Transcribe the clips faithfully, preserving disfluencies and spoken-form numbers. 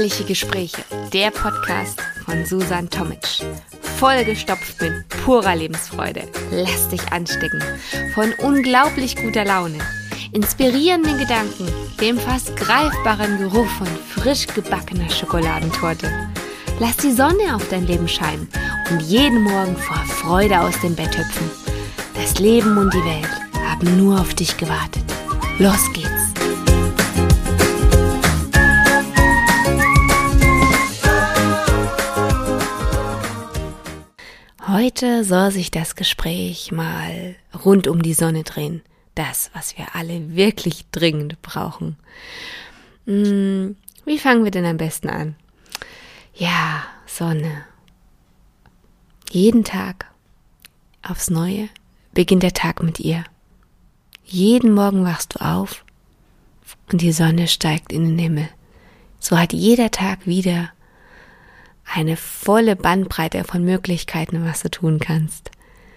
Ehrliche Gespräche, der Podcast von Susan Tomic. Vollgestopft mit purer Lebensfreude. Lass dich anstecken von unglaublich guter Laune, inspirierenden Gedanken, dem fast greifbaren Geruch von frisch gebackener Schokoladentorte. Lass die Sonne auf dein Leben scheinen und jeden Morgen vor Freude aus dem Bett hüpfen. Das Leben und die Welt haben nur auf dich gewartet. Los geht's! Heute soll sich das Gespräch mal rund um die Sonne drehen. Das, was wir alle wirklich dringend brauchen. Hm, wie fangen wir denn am besten an? Ja, Sonne. Jeden Tag aufs Neue beginnt der Tag mit ihr. Jeden Morgen wachst du auf und die Sonne steigt in den Himmel. So hat jeder Tag wieder eine volle Bandbreite von Möglichkeiten, was du tun kannst.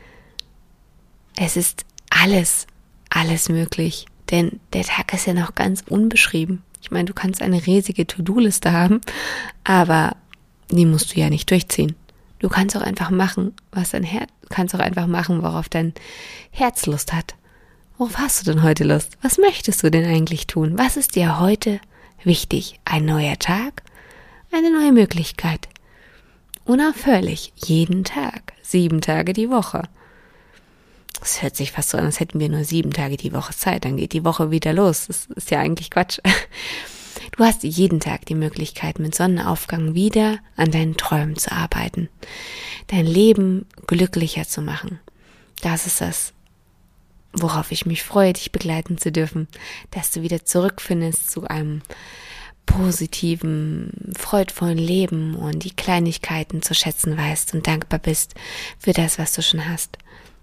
Es ist alles, alles möglich, denn der Tag ist ja noch ganz unbeschrieben. Ich meine, du kannst eine riesige To-Do-Liste haben, aber die musst du ja nicht durchziehen. Du kannst auch einfach machen, was dein Herz, kannst auch einfach machen, worauf dein Herz Lust hat. Worauf hast du denn heute Lust? Was möchtest du denn eigentlich tun? Was ist dir heute wichtig? Ein neuer Tag? Eine neue Möglichkeit? Unaufhörlich, jeden Tag, sieben Tage die Woche. Das hört sich fast so an, als hätten wir nur sieben Tage die Woche Zeit, dann geht die Woche wieder los. Das ist ja eigentlich Quatsch. Du hast jeden Tag die Möglichkeit, mit Sonnenaufgang wieder an deinen Träumen zu arbeiten, dein Leben glücklicher zu machen. Das ist das, worauf ich mich freue, dich begleiten zu dürfen, dass du wieder zurückfindest zu einem positiven, freudvollen Leben und die Kleinigkeiten zu schätzen weißt und dankbar bist für das, was du schon hast.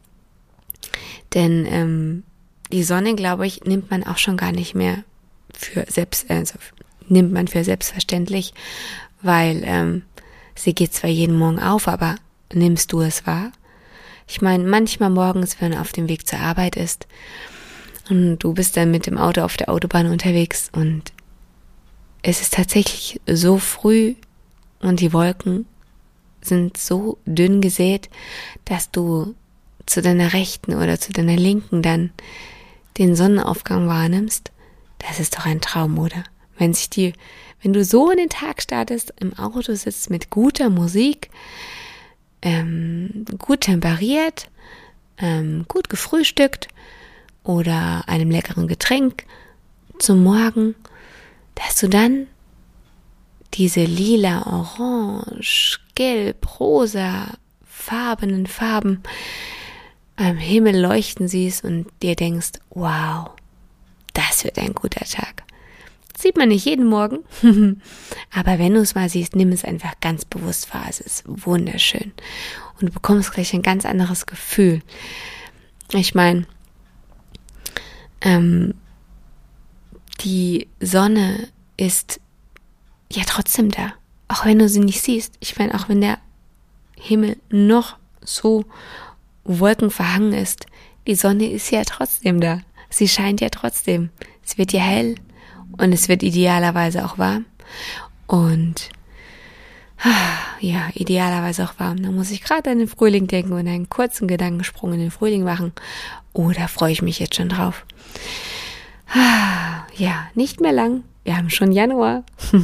Denn ähm, die Sonne, glaube ich, nimmt man auch schon gar nicht mehr für selbst, also nimmt man für selbstverständlich, weil ähm, sie geht zwar jeden Morgen auf, aber nimmst du es wahr? Ich meine, manchmal morgens, wenn man auf dem Weg zur Arbeit ist und du bist dann mit dem Auto auf der Autobahn unterwegs und es ist tatsächlich so früh und die Wolken sind so dünn gesät, dass du zu deiner Rechten oder zu deiner Linken dann den Sonnenaufgang wahrnimmst. Das ist doch ein Traum, oder? Wenn sich die, wenn du so in den Tag startest, im Auto sitzt mit guter Musik, ähm, gut temperiert, ähm, gut gefrühstückt oder einem leckeren Getränk zum Morgen, dass du dann diese lila, orange, gelb, rosa farbenen Farben am Himmel leuchten siehst und dir denkst, wow, das wird ein guter Tag. Das sieht man nicht jeden Morgen, aber wenn du es mal siehst, nimm es einfach ganz bewusst wahr. Es ist wunderschön und du bekommst gleich ein ganz anderes Gefühl. Ich meine, ähm, die Sonne ist ja trotzdem da, auch wenn du sie nicht siehst. Ich meine, auch wenn der Himmel noch so wolkenverhangen ist, die Sonne ist ja trotzdem da. Sie scheint ja trotzdem. Es wird ja hell und es wird idealerweise auch warm. Und ja, idealerweise auch warm. Da muss ich gerade an den Frühling denken und einen kurzen Gedankensprung in den Frühling machen. Oh, da freue ich mich jetzt schon drauf. Ja, nicht mehr lang. Wir haben schon Januar.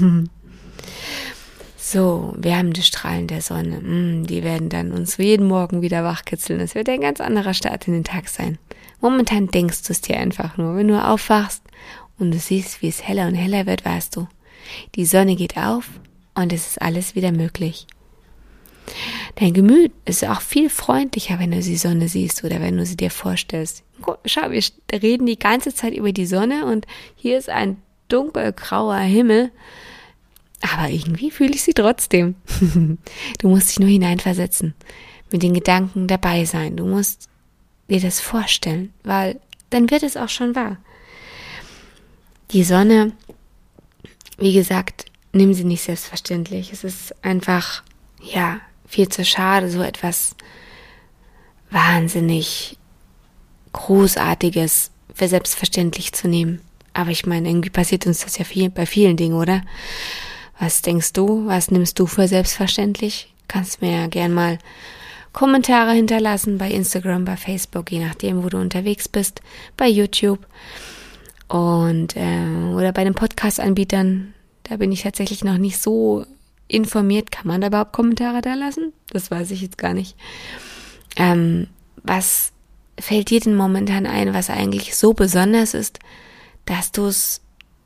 So, wärmende Strahlen der Sonne. Die werden dann uns jeden Morgen wieder wachkitzeln. Es wird ein ganz anderer Start in den Tag sein. Momentan denkst du es dir einfach nur. Wenn du aufwachst und du siehst, wie es heller und heller wird, weißt du, die Sonne geht auf und es ist alles wieder möglich. Dein Gemüt ist auch viel freundlicher, wenn du die Sonne siehst oder wenn du sie dir vorstellst. Schau, wir reden die ganze Zeit über die Sonne und hier ist ein dunkelgrauer Himmel, aber irgendwie fühle ich sie trotzdem. Du musst dich nur hineinversetzen, mit den Gedanken dabei sein. Du musst dir das vorstellen, weil dann wird es auch schon wahr. Die Sonne, wie gesagt, nimm sie nicht selbstverständlich. Es ist einfach, ja, viel zu schade, so etwas wahnsinnig Großartiges für selbstverständlich zu nehmen. Aber ich meine, irgendwie passiert uns das ja viel, bei vielen Dingen, oder? Was denkst du? Was nimmst du für selbstverständlich? Kannst mir ja gern mal Kommentare hinterlassen bei Instagram, bei Facebook, je nachdem, wo du unterwegs bist, bei YouTube und äh, oder bei den Podcast-Anbietern. Da bin ich tatsächlich noch nicht so informiert. Kann man da überhaupt Kommentare da lassen? Das weiß ich jetzt gar nicht. Ähm, was fällt dir denn momentan ein, was eigentlich so besonders ist, dass du es,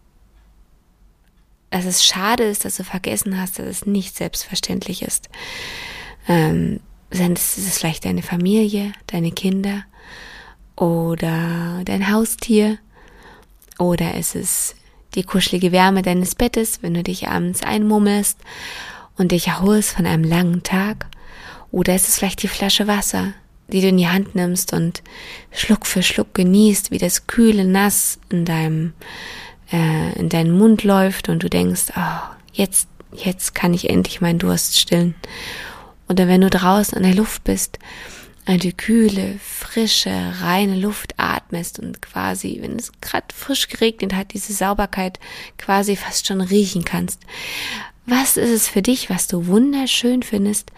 dass es schade ist, dass du vergessen hast, dass es nicht selbstverständlich ist? Ähm, ist es vielleicht deine Familie, deine Kinder oder dein Haustier oder ist es die kuschelige Wärme deines Bettes, wenn du dich abends einmummelst und dich erholst von einem langen Tag? Oder ist es vielleicht die Flasche Wasser, die du in die Hand nimmst und Schluck für Schluck genießt, wie das kühle Nass in deinem äh, in deinen Mund läuft und du denkst, oh, jetzt jetzt kann ich endlich meinen Durst stillen. Oder wenn du draußen an der Luft bist, die kühle, frische, reine Luft atmest und quasi, wenn es gerade frisch geregnet hat, diese Sauberkeit quasi fast schon riechen kannst. Was ist es für dich, was du wunderschön findest,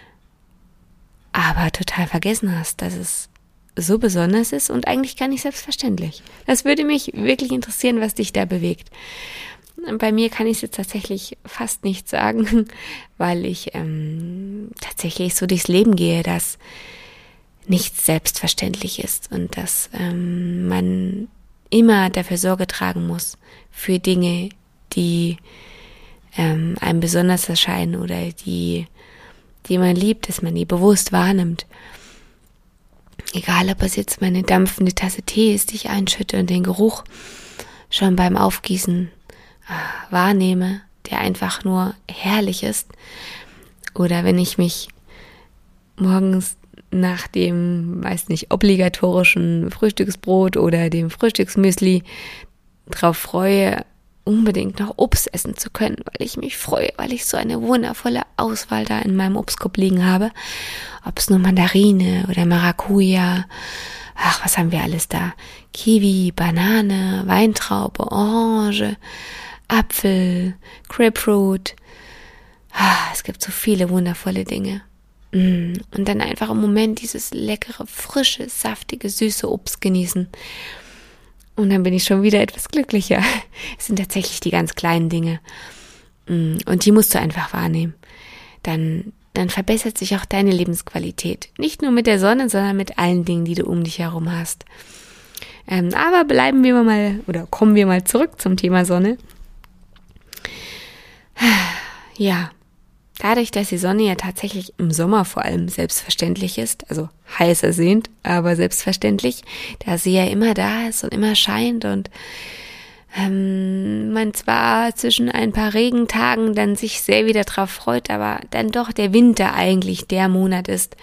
aber total vergessen hast, dass es so besonders ist und eigentlich gar nicht selbstverständlich? Das würde mich wirklich interessieren, was dich da bewegt. Bei mir kann ich es jetzt tatsächlich fast nicht sagen, weil ich ähm, tatsächlich so durchs Leben gehe, dass nichts selbstverständlich ist und dass ähm, man immer dafür Sorge tragen muss für Dinge, die ähm, einem besonders erscheinen oder die, die man liebt, dass man die bewusst wahrnimmt. Egal, ob es jetzt meine dampfende Tasse Tee ist, die ich einschütte und den Geruch schon beim Aufgießen äh, wahrnehme, der einfach nur herrlich ist. Oder wenn ich mich morgens nach dem, weiß nicht, obligatorischen Frühstücksbrot oder dem Frühstücksmüsli drauf freue, unbedingt noch Obst essen zu können, weil ich mich freue, weil ich so eine wundervolle Auswahl da in meinem Obstkorb liegen habe. Ob es nur Mandarine oder Maracuja, ach, was haben wir alles da? Kiwi, Banane, Weintraube, Orange, Apfel, Grapefruit. Ah, es gibt so viele wundervolle Dinge. Und dann einfach im Moment dieses leckere, frische, saftige, süße Obst genießen. Und dann bin ich schon wieder etwas glücklicher. Es sind tatsächlich die ganz kleinen Dinge. Und die musst du einfach wahrnehmen. Dann, dann verbessert sich auch deine Lebensqualität. Nicht nur mit der Sonne, sondern mit allen Dingen, die du um dich herum hast. Ähm, aber bleiben wir mal, oder kommen wir mal zurück zum Thema Sonne. Ja. Dadurch, dass die Sonne ja tatsächlich im Sommer vor allem selbstverständlich ist, also heiß ersehnt, aber selbstverständlich, da sie ja immer da ist und immer scheint und ähm, man zwar zwischen ein paar Regentagen dann sich sehr wieder drauf freut, aber dann doch der Winter eigentlich der Monat ist,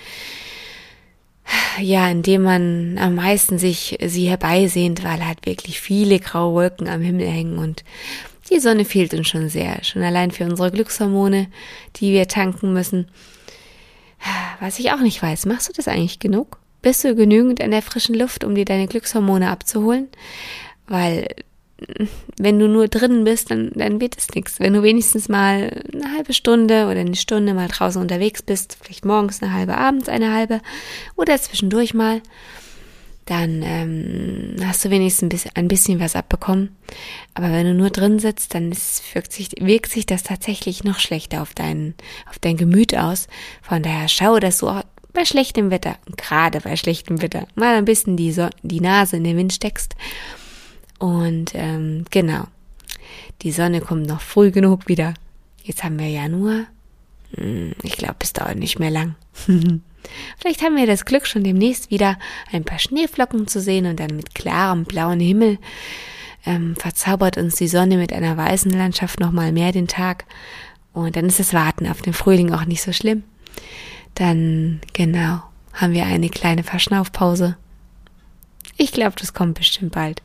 ja, in dem man am meisten sich sie herbeisehnt, weil halt wirklich viele graue Wolken am Himmel hängen und die Sonne fehlt uns schon sehr, schon allein für unsere Glückshormone, die wir tanken müssen. Was ich auch nicht weiß, machst du das eigentlich genug? Bist du genügend in der frischen Luft, um dir deine Glückshormone abzuholen? Weil wenn du nur drinnen bist, dann, dann wird es nichts. Wenn du wenigstens mal eine halbe Stunde oder eine Stunde mal draußen unterwegs bist, vielleicht morgens eine halbe, abends eine halbe oder zwischendurch mal, dann ähm, hast du wenigstens ein bisschen, ein bisschen was abbekommen. Aber wenn du nur drin sitzt, dann ist, wirkt, sich, wirkt sich das tatsächlich noch schlechter auf dein, auf dein Gemüt aus. Von daher schau, dass du auch bei schlechtem Wetter, gerade bei schlechtem Wetter, mal ein bisschen die, so- die Nase in den Wind steckst. Und ähm, genau, die Sonne kommt noch früh genug wieder. Jetzt haben wir Januar. Hm, ich glaube, es dauert nicht mehr lang. Vielleicht haben wir das Glück, schon demnächst wieder ein paar Schneeflocken zu sehen und dann mit klarem blauen Himmel ähm, verzaubert uns die Sonne mit einer weißen Landschaft nochmal mehr den Tag. Und dann ist das Warten auf den Frühling auch nicht so schlimm. Dann, genau, haben wir eine kleine Verschnaufpause. Ich glaube, das kommt bestimmt bald.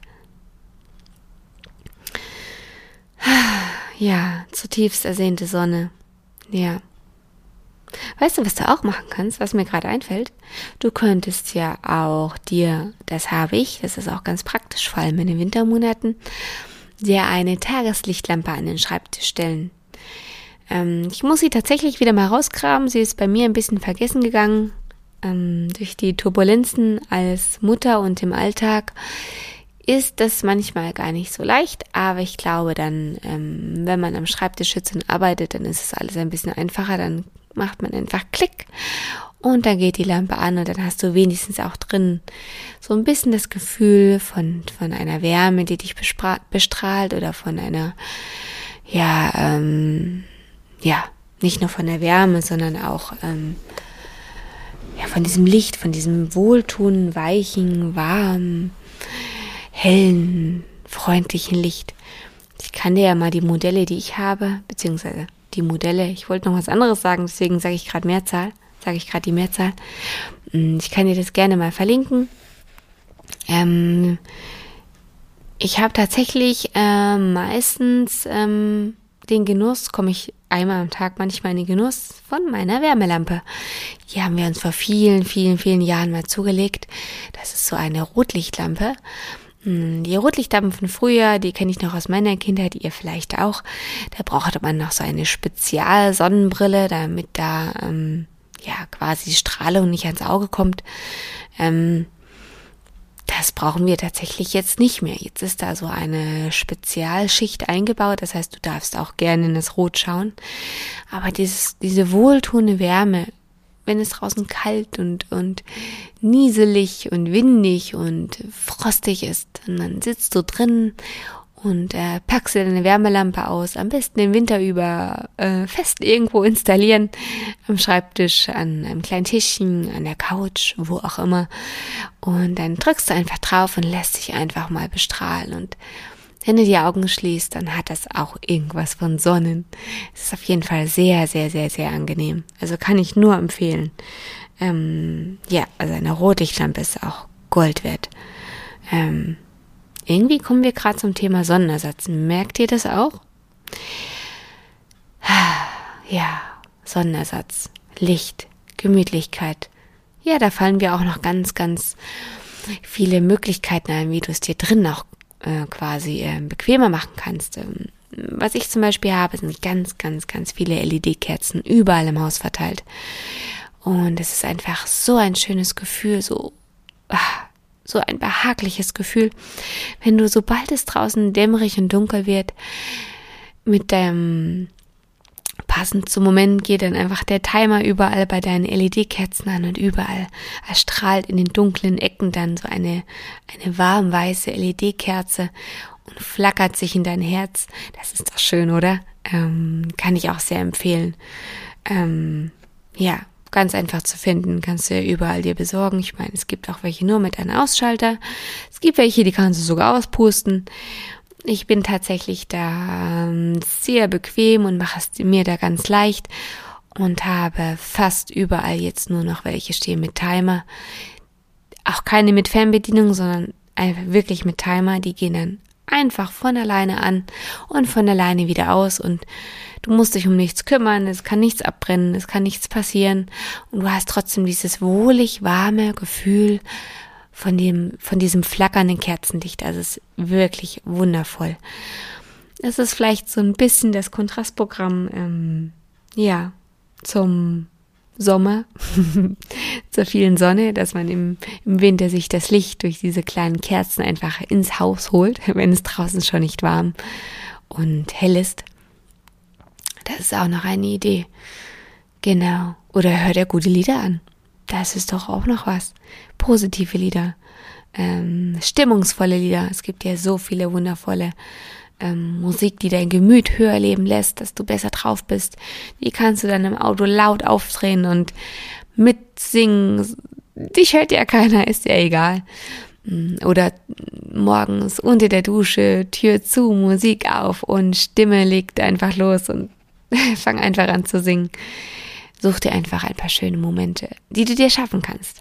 Ja, zutiefst ersehnte Sonne. Ja. Weißt du, was du auch machen kannst, was mir gerade einfällt? Du könntest ja auch dir, das habe ich, das ist auch ganz praktisch, vor allem in den Wintermonaten, dir eine Tageslichtlampe an den Schreibtisch stellen. Ähm, ich muss sie tatsächlich wieder mal rausgraben. Sie ist bei mir ein bisschen vergessen gegangen. Ähm, durch die Turbulenzen als Mutter und im Alltag ist das manchmal gar nicht so leicht. Aber ich glaube dann, ähm, wenn man am Schreibtisch sitzt und arbeitet, dann ist es alles ein bisschen einfacher. Dann macht man einfach Klick und dann geht die Lampe an und dann hast du wenigstens auch drin so ein bisschen das Gefühl von, von einer Wärme, die dich bespra- bestrahlt oder von einer, ja, ähm, ja, nicht nur von der Wärme, sondern auch ähm, ja, von diesem Licht, von diesem wohltuenden, weichen, warmen, hellen, freundlichen Licht. Ich kann dir ja mal die Modelle, die ich habe, beziehungsweise die Modelle, ich wollte noch was anderes sagen, deswegen sage ich gerade Mehrzahl, sage ich gerade die Mehrzahl. Ich kann dir das gerne mal verlinken. Ähm, ich habe tatsächlich äh, meistens ähm, den Genuss, komme ich einmal am Tag manchmal in den Genuss von meiner Wärmelampe. Die haben wir uns vor vielen, vielen, vielen Jahren mal zugelegt. Das ist so eine Rotlichtlampe. Die Rotlichtlampen von früher, die kenne ich noch aus meiner Kindheit, ihr vielleicht auch. Da brauchte man noch so eine Spezial-Sonnenbrille, damit da ähm, ja quasi die Strahlung nicht ans Auge kommt. Ähm, das brauchen wir tatsächlich jetzt nicht mehr. Jetzt ist da so eine Spezialschicht eingebaut, das heißt, du darfst auch gerne in das Rot schauen. Aber dieses, diese wohltuende Wärme, wenn es draußen kalt und, und nieselig und windig und frostig ist, und dann sitzt du drin und äh, packst dir deine Wärmelampe aus, am besten den Winter über äh, fest irgendwo installieren, am Schreibtisch, an einem kleinen Tischchen, an der Couch, wo auch immer. Und dann drückst du einfach drauf und lässt dich einfach mal bestrahlen. Und wenn du die Augen schließt, dann hat das auch irgendwas von Sonnen. Es ist auf jeden Fall sehr, sehr, sehr, sehr angenehm. Also kann ich nur empfehlen. Ähm, ja, also eine Rotlichtlampe ist auch Gold wert. Ähm, irgendwie kommen wir gerade zum Thema Sonnenersatz. Merkt ihr das auch? Ja, Sonnenersatz, Licht, Gemütlichkeit. Ja, da fallen mir auch noch ganz, ganz viele Möglichkeiten ein, wie du es dir drin auch äh, quasi äh, bequemer machen kannst. Ähm, was ich zum Beispiel habe, sind ganz, ganz, ganz viele L E D-Kerzen überall im Haus verteilt. Und es ist einfach so ein schönes Gefühl, so, ah, so ein behagliches Gefühl, wenn du, sobald es draußen dämmerig und dunkel wird, mit deinem, passend zum Moment geht dann einfach der Timer überall bei deinen L E D-Kerzen an und überall erstrahlt in den dunklen Ecken dann so eine, eine warmweiße L E D-Kerze und flackert sich in dein Herz. Das ist doch schön, oder? Ähm, kann ich auch sehr empfehlen. Ähm, ja, ganz einfach zu finden, kannst du ja überall dir besorgen. Ich meine, es gibt auch welche nur mit einem Ausschalter. Es gibt welche, die kannst du sogar auspusten. Ich bin tatsächlich da ähm, sehr bequem und mache es mir da ganz leicht und habe fast überall jetzt nur noch welche stehen mit Timer. Auch keine mit Fernbedienung, sondern einfach wirklich mit Timer. Die gehen dann einfach von alleine an und von alleine wieder aus und du musst dich um nichts kümmern, es kann nichts abbrennen, es kann nichts passieren und du hast trotzdem dieses wohlig warme Gefühl von dem, von diesem flackernden Kerzenlicht. Also es ist wirklich wundervoll. Es ist vielleicht so ein bisschen das Kontrastprogramm, ähm, ja, zum Sommer, zur vielen Sonne, dass man im, im Winter sich das Licht durch diese kleinen Kerzen einfach ins Haus holt, wenn es draußen schon nicht warm und hell ist. Das ist auch noch eine Idee. Genau. Oder hör dir gute Lieder an. Das ist doch auch noch was. Positive Lieder, ähm, stimmungsvolle Lieder. Es gibt ja so viele wundervolle ähm, Musik, die dein Gemüt höher leben lässt, dass du besser drauf bist. Die kannst du dann im Auto laut aufdrehen und mitsingen. Dich hört ja keiner, ist ja egal. Oder morgens unter der Dusche, Tür zu, Musik auf und Stimme legt einfach los und fang einfach an zu singen. Such dir einfach ein paar schöne Momente, die du dir schaffen kannst.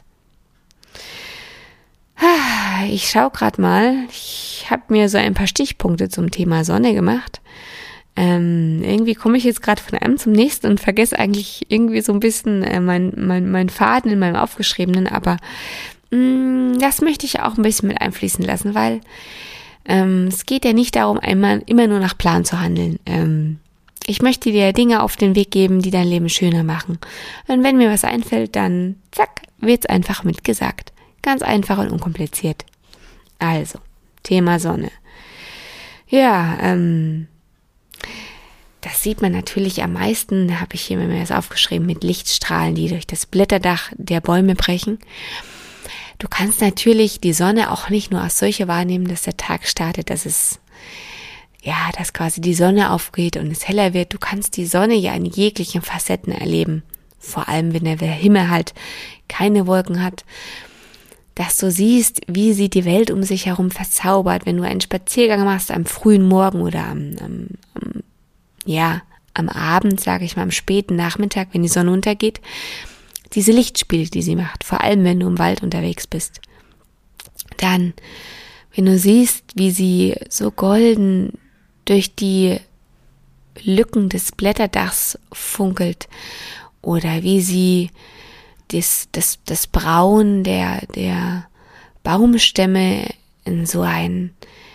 Ich schaue gerade mal, ich habe mir so ein paar Stichpunkte zum Thema Sonne gemacht. Ähm, irgendwie komme ich jetzt gerade von einem zum nächsten und vergesse eigentlich irgendwie so ein bisschen äh, mein, mein, mein Faden in meinem Aufgeschriebenen, aber mh, das möchte ich auch ein bisschen mit einfließen lassen, weil ähm, es geht ja nicht darum, einmal immer nur nach Plan zu handeln. Ähm, Ich möchte dir Dinge auf den Weg geben, die dein Leben schöner machen. Und wenn mir was einfällt, dann zack, wird's einfach mitgesagt. Ganz einfach und unkompliziert. Also, Thema Sonne. Ja, ähm, das sieht man natürlich am meisten, da habe ich hier mir das aufgeschrieben, mit Lichtstrahlen, die durch das Blätterdach der Bäume brechen. Du kannst natürlich die Sonne auch nicht nur als solche wahrnehmen, dass der Tag startet, dass es, ja, dass quasi die Sonne aufgeht und es heller wird. Du kannst die Sonne ja in jeglichen Facetten erleben. Vor allem, wenn der Himmel halt keine Wolken hat. Dass du siehst, wie sie die Welt um sich herum verzaubert, wenn du einen Spaziergang machst am frühen Morgen oder am, am, am ja, am Abend, sage ich mal, am späten Nachmittag, wenn die Sonne untergeht. Diese Lichtspiele, die sie macht, vor allem, wenn du im Wald unterwegs bist. Dann, wenn du siehst, wie sie so golden durch die Lücken des Blätterdachs funkelt oder wie sie das, das, das Braun der, der Baumstämme in so ein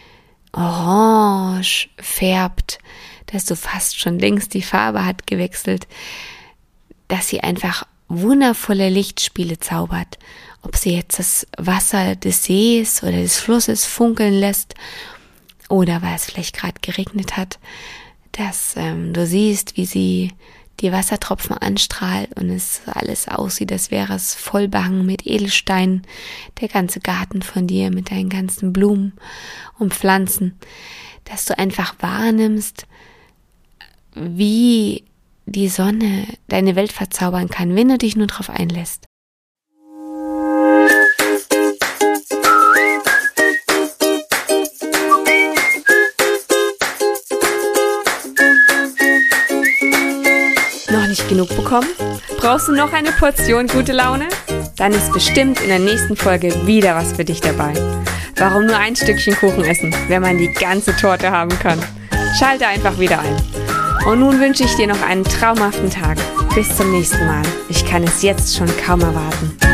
Orange färbt, dass du fast schon denkst, die Farbe hat gewechselt, dass sie einfach wundervolle Lichtspiele zaubert, ob sie jetzt das Wasser des Sees oder des Flusses funkeln lässt oder weil es vielleicht gerade geregnet hat, dass ähm, du siehst, wie sie die Wassertropfen anstrahlt und es alles aussieht, als wäre es voll behangen mit Edelsteinen, der ganze Garten von dir mit deinen ganzen Blumen und Pflanzen, dass du einfach wahrnimmst, wie die Sonne deine Welt verzaubern kann, wenn du dich nur darauf einlässt. Noch nicht genug bekommen? Brauchst du noch eine Portion gute Laune? Dann ist bestimmt in der nächsten Folge wieder was für dich dabei. Warum nur ein Stückchen Kuchen essen, wenn man die ganze Torte haben kann? Schalte einfach wieder ein. Und nun wünsche ich dir noch einen traumhaften Tag. Bis zum nächsten Mal. Ich kann es jetzt schon kaum erwarten.